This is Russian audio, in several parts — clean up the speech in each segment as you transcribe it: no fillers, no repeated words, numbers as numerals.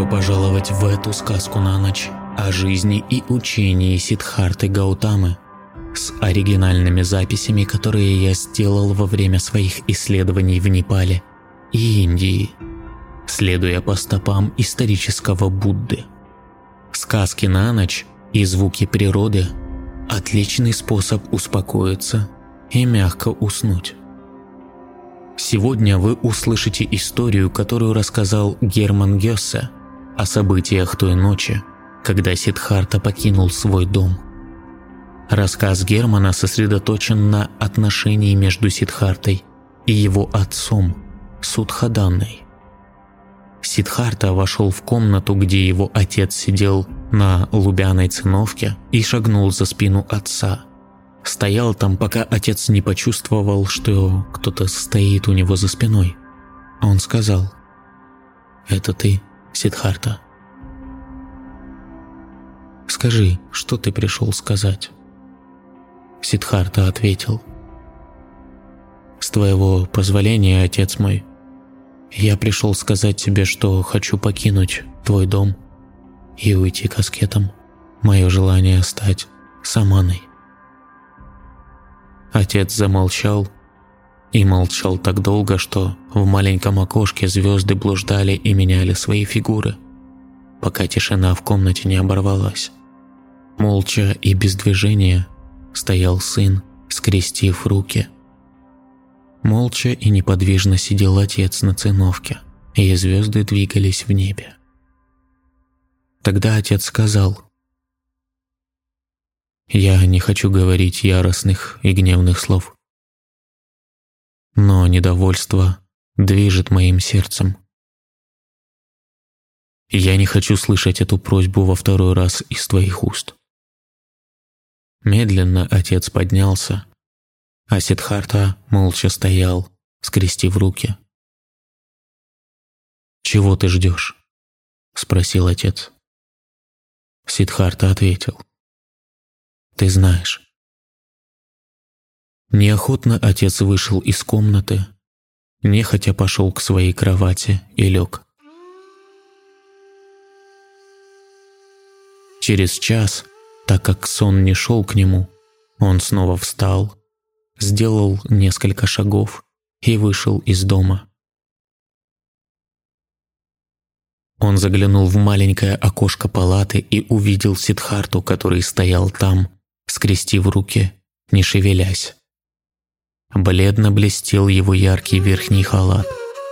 пожаловать в эту сказку на ночь о жизни и учении Сиддхарты Гаутамы с оригинальными записями, которые я сделал во время своих исследований в Непале и Индии, следуя по стопам исторического Будды. Сказки на ночь и звуки природы – отличный способ успокоиться и мягко уснуть. Сегодня вы услышите историю, которую рассказал Герман Гессе о событиях той ночи, когда Сиддхарта покинул свой дом. Рассказ Германа сосредоточен на отношении между Сиддхартой и его отцом Судхаданной. Сиддхарта вошел в комнату, где его отец сидел на лубяной циновке, и шагнул за спину отца. Стоял там, пока отец не почувствовал, что кто-то стоит у него за спиной. Он сказал: «Это ты, Сиддхарта? Скажи, что ты пришел сказать?» Сиддхарта ответил: «С твоего позволения, отец мой, я пришел сказать тебе, что хочу покинуть твой дом и уйти к аскетам. Мое желание стать саманой». Отец замолчал и молчал так долго, что в маленьком окошке звезды блуждали и меняли свои фигуры, пока тишина в комнате не оборвалась. Молча и без движения стоял сын, скрестив руки. Молча и неподвижно сидел отец на циновке, и звезды двигались в небе. Тогда отец сказал: «Я не хочу говорить яростных и гневных слов, но недовольство движет моим сердцем. Я не хочу слышать эту просьбу во второй раз из твоих уст». Медленно отец поднялся, а Сиддхарта молча стоял, скрестив руки. «Чего ты ждешь?» – спросил отец. Сиддхарта ответил: «Ты знаешь». Неохотно отец вышел из комнаты, нехотя пошел к своей кровати и лег. Через час, так как сон не шел к нему, он снова встал, сделал несколько шагов и вышел из дома. Он заглянул в маленькое окошко палаты и увидел Сиддхарту, который стоял там, скрестив руки, не шевелясь. Бледно блестел его яркий верхний халат.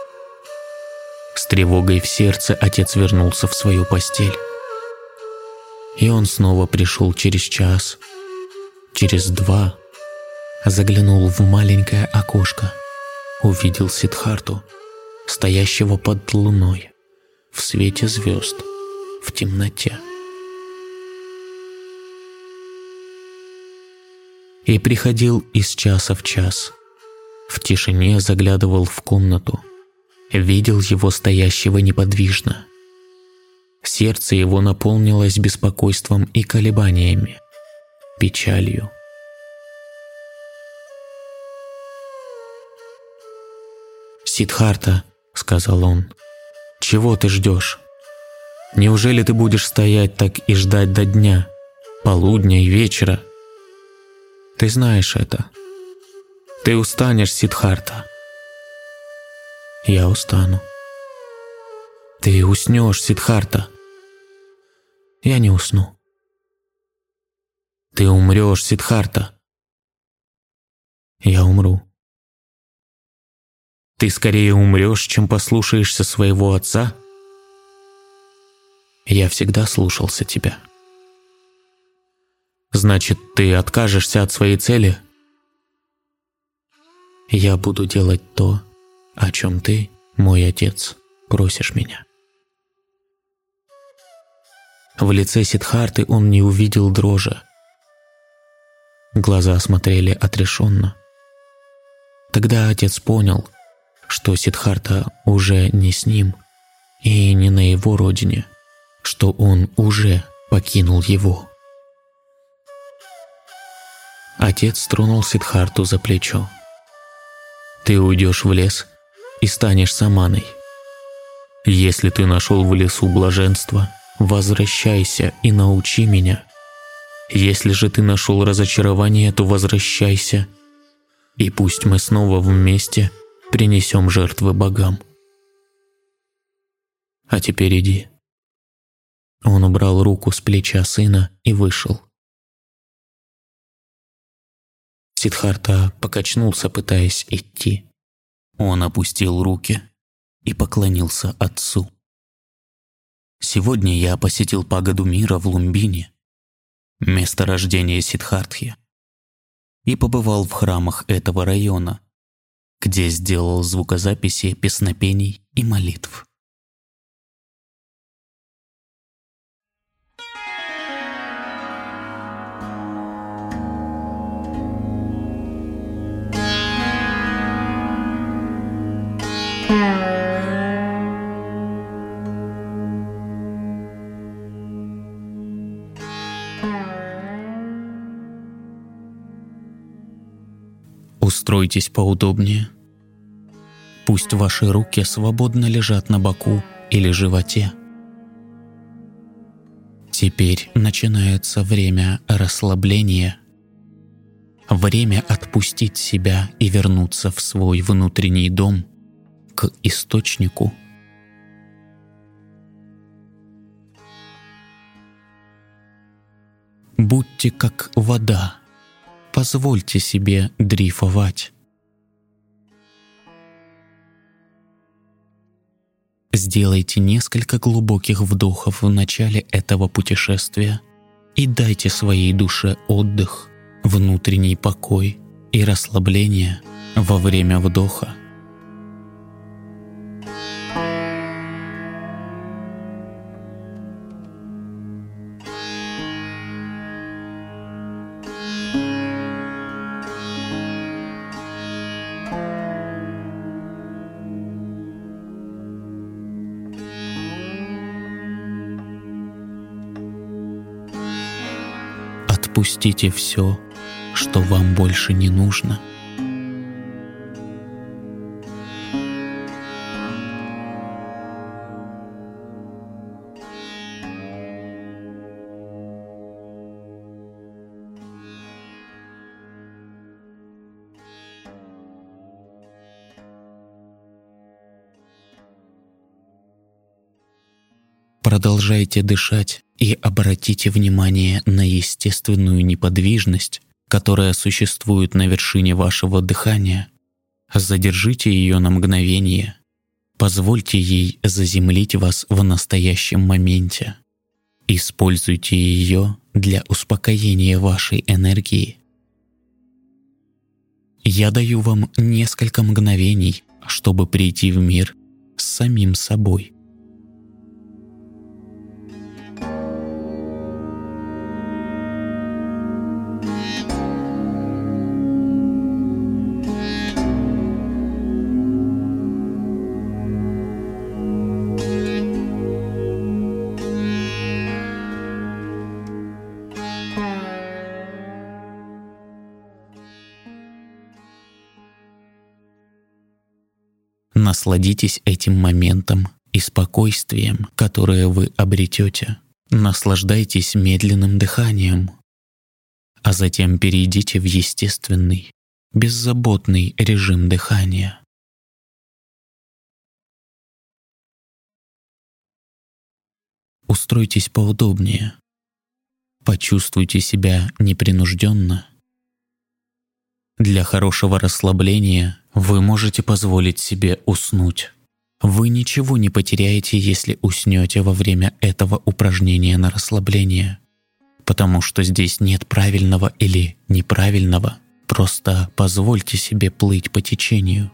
С тревогой в сердце отец вернулся в свою постель. И он снова пришел через час, через два, заглянул в маленькое окошко, увидел Сиддхарту, стоящего под луной, в свете звезд, в темноте. И приходил из часа в час, в тишине заглядывал в комнату, видел его стоящего неподвижно. Сердце его наполнилось беспокойством и колебаниями, печалью. «Сиддхарта», — сказал он, — «чего ты ждешь? Неужели ты будешь стоять так и ждать до дня, полудня и вечера? Ты знаешь это. Ты устанешь, Сиддхарта». «Я устану». «Ты уснешь, Сиддхарта». «Я не усну». «Ты умрешь, Сиддхарта». «Я умру». «Ты скорее умрешь, чем послушаешься своего отца?» «Я всегда слушался тебя». «Значит, ты откажешься от своей цели?» «Я буду делать то, о чем ты, мой отец, просишь меня». В лице Сиддхарты он не увидел дрожи. Глаза смотрели отрешенно. Тогда отец понял, что Сиддхарта уже не с ним и не на его родине, что он уже покинул его. Отец тронул Сиддхарту за плечо. «Ты уйдешь в лес и станешь саманой. Если ты нашел в лесу блаженство, возвращайся и научи меня. Если же ты нашел разочарование, то возвращайся, и пусть мы снова вместе принесем жертвы богам. А теперь иди». Он убрал руку с плеча сына и вышел. Сиддхартха покачнулся, пытаясь идти. Он опустил руки и поклонился отцу. «Сегодня я посетил пагоду мира в Лумбине, место рождения Сиддхартхи, и побывал в храмах этого района, где сделал звукозаписи песнопений и молитв. Устройтесь поудобнее. Пусть ваши руки свободно лежат на боку или животе. Теперь начинается время расслабления. Время отпустить себя и вернуться в свой внутренний дом, к источнику. Будьте как вода. Позвольте себе дрейфовать. Сделайте несколько глубоких вдохов в начале этого путешествия и дайте своей душе отдых, внутренний покой и расслабление во время вдоха. Отпустите все, что вам больше не нужно. Продолжайте дышать и обратите внимание на естественную неподвижность, которая существует на вершине вашего дыхания. Задержите ее на мгновение. Позвольте ей заземлить вас в настоящем моменте. Используйте ее для успокоения вашей энергии. Я даю вам несколько мгновений, чтобы прийти в мир с самим собой. Насладитесь этим моментом и спокойствием, которое вы обретете. Наслаждайтесь медленным дыханием, а затем перейдите в естественный, беззаботный режим дыхания. Устройтесь поудобнее. Почувствуйте себя непринужденно. Для хорошего расслабления вы можете позволить себе уснуть. Вы ничего не потеряете, если уснете во время этого упражнения на расслабление, потому что здесь нет правильного или неправильного. Просто позвольте себе плыть по течению.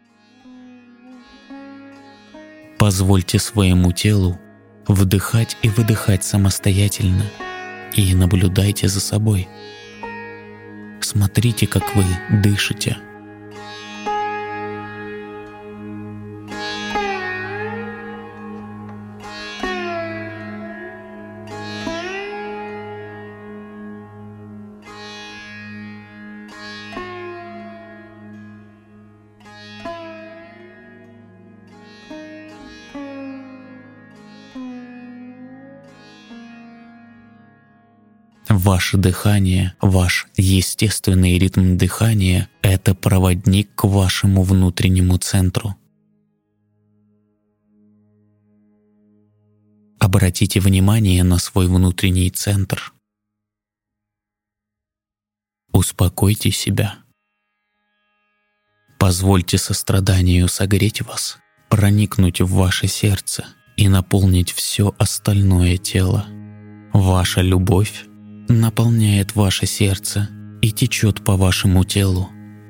Позвольте своему телу вдыхать и выдыхать самостоятельно и наблюдайте за собой. Смотрите, как вы дышите. Ваше дыхание, ваш естественный ритм дыхания – это проводник к вашему внутреннему центру. Обратите внимание на свой внутренний центр. Успокойте себя. Позвольте состраданию согреть вас, проникнуть в ваше сердце и наполнить все остальное тело. Ваша любовь наполняет ваше сердце и течет по вашему телу.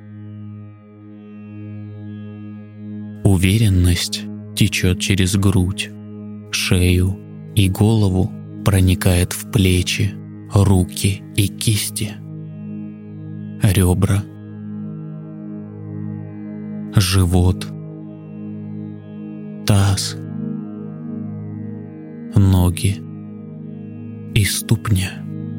Уверенность течет через грудь, шею и голову, проникает в плечи, руки и кисти, ребра, живот, таз, ноги и ступни.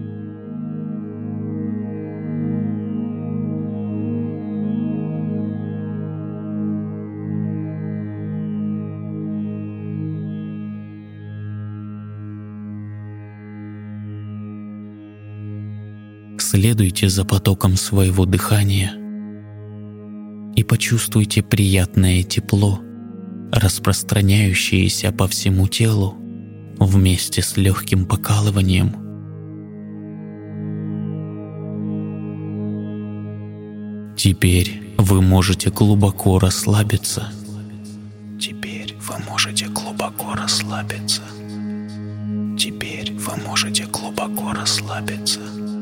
Следуйте за потоком своего дыхания и почувствуйте приятное тепло, распространяющееся по всему телу вместе с легким покалыванием. Теперь вы можете глубоко расслабиться. Теперь вы можете глубоко расслабиться. Теперь вы можете глубоко расслабиться.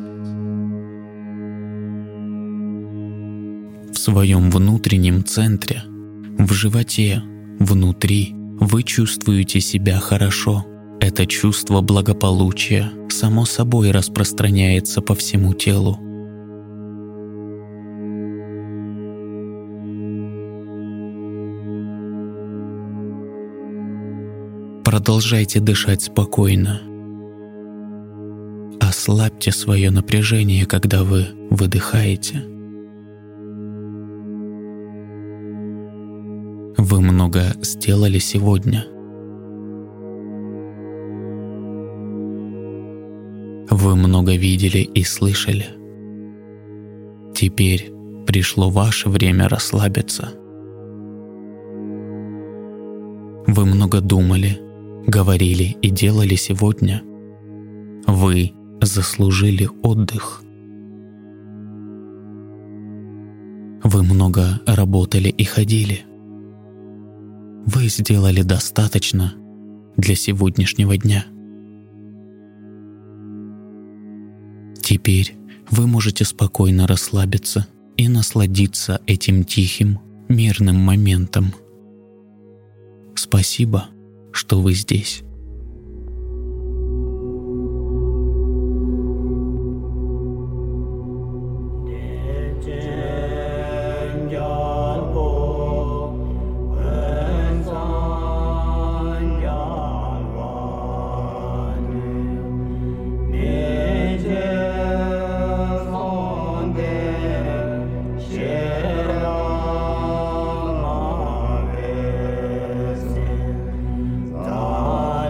В своем внутреннем центре, в животе, внутри, вы чувствуете себя хорошо. Это чувство благополучия само собой распространяется по всему телу. Продолжайте дышать спокойно. Ослабьте свое напряжение, когда вы выдыхаете. Вы много сделали сегодня. Вы много видели и слышали. Теперь пришло ваше время расслабиться. Вы много думали, говорили и делали сегодня. Вы заслужили отдых. Вы много работали и ходили. Вы сделали достаточно для сегодняшнего дня. Теперь вы можете спокойно расслабиться и насладиться этим тихим, мирным моментом. Спасибо, что вы здесь. Da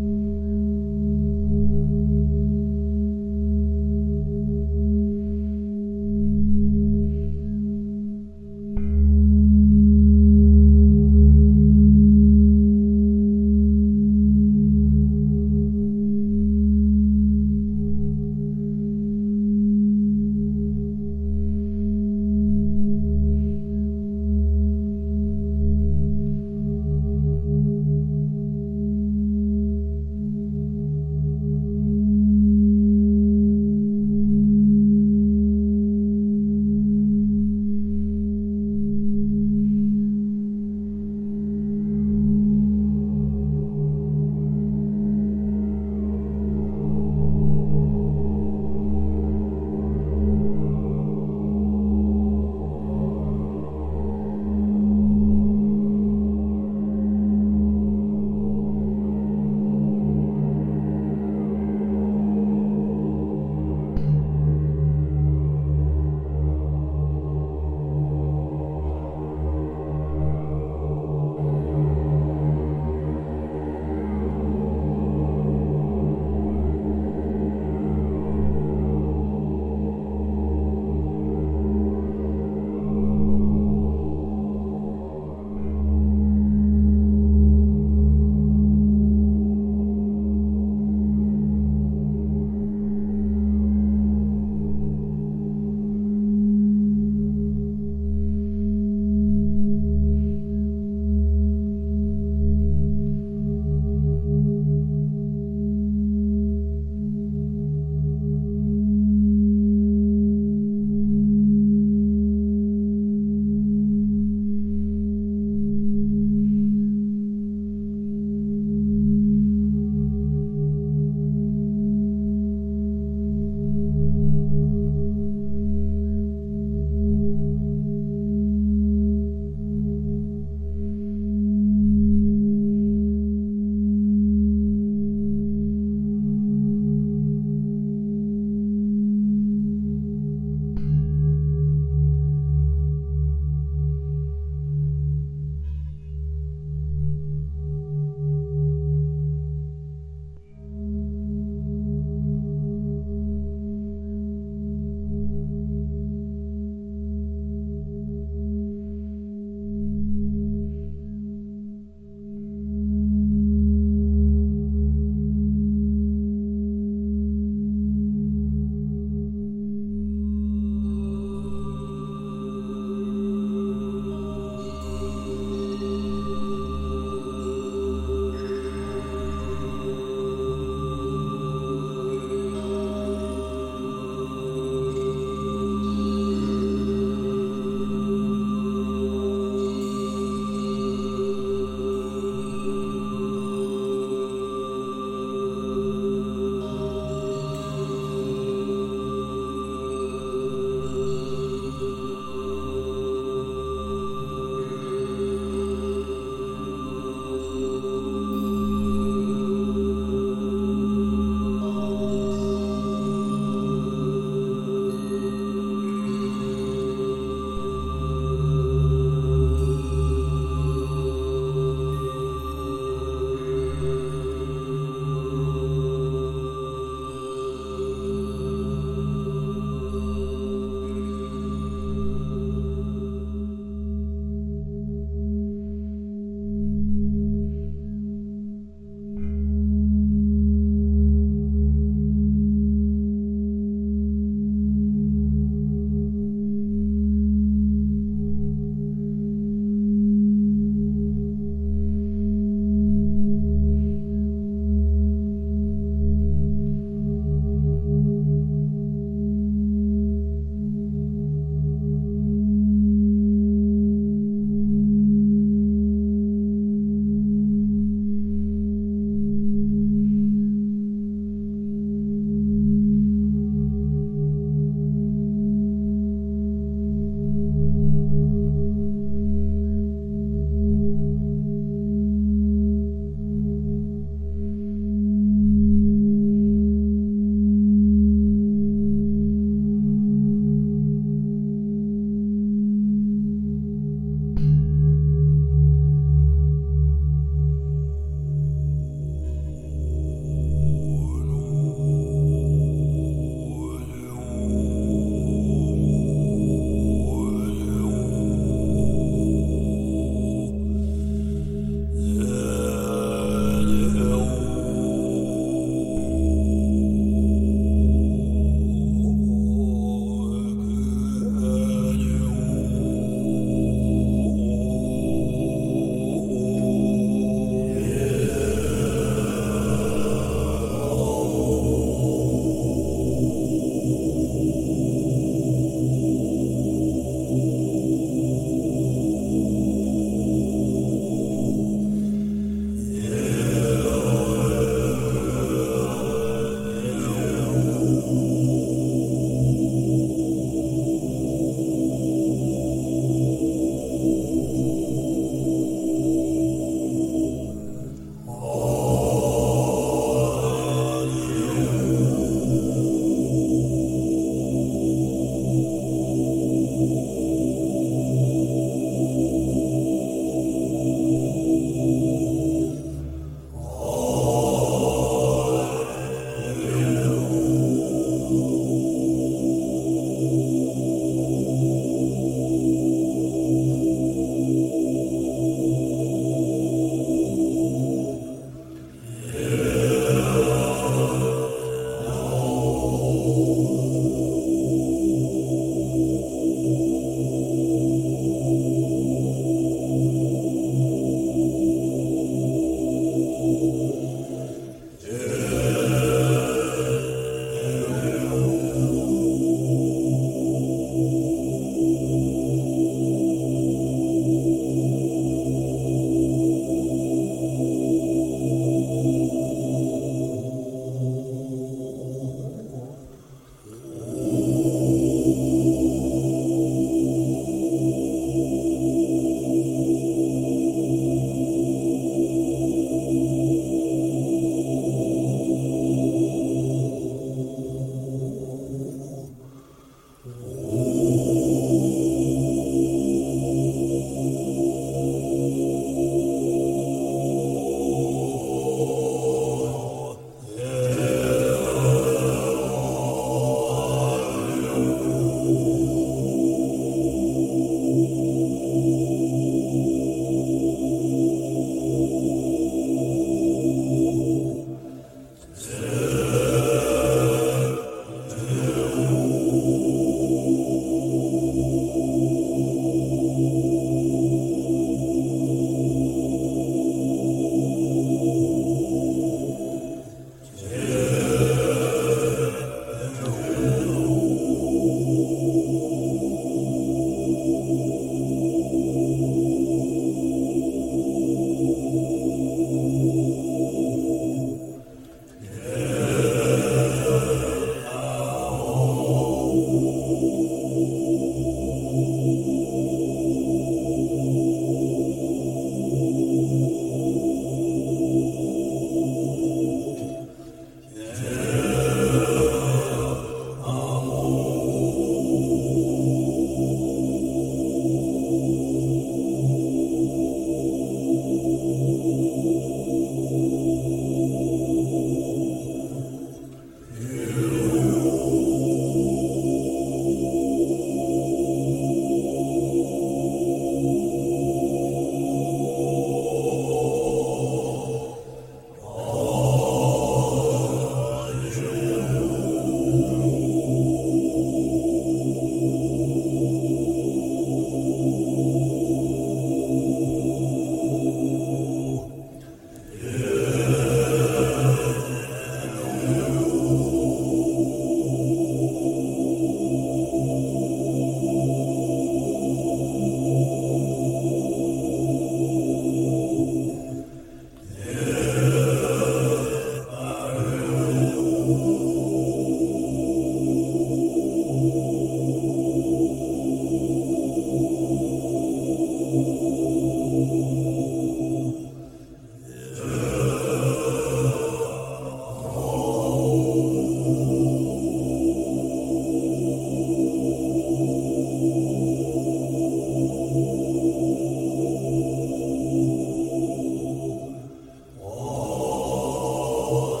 О,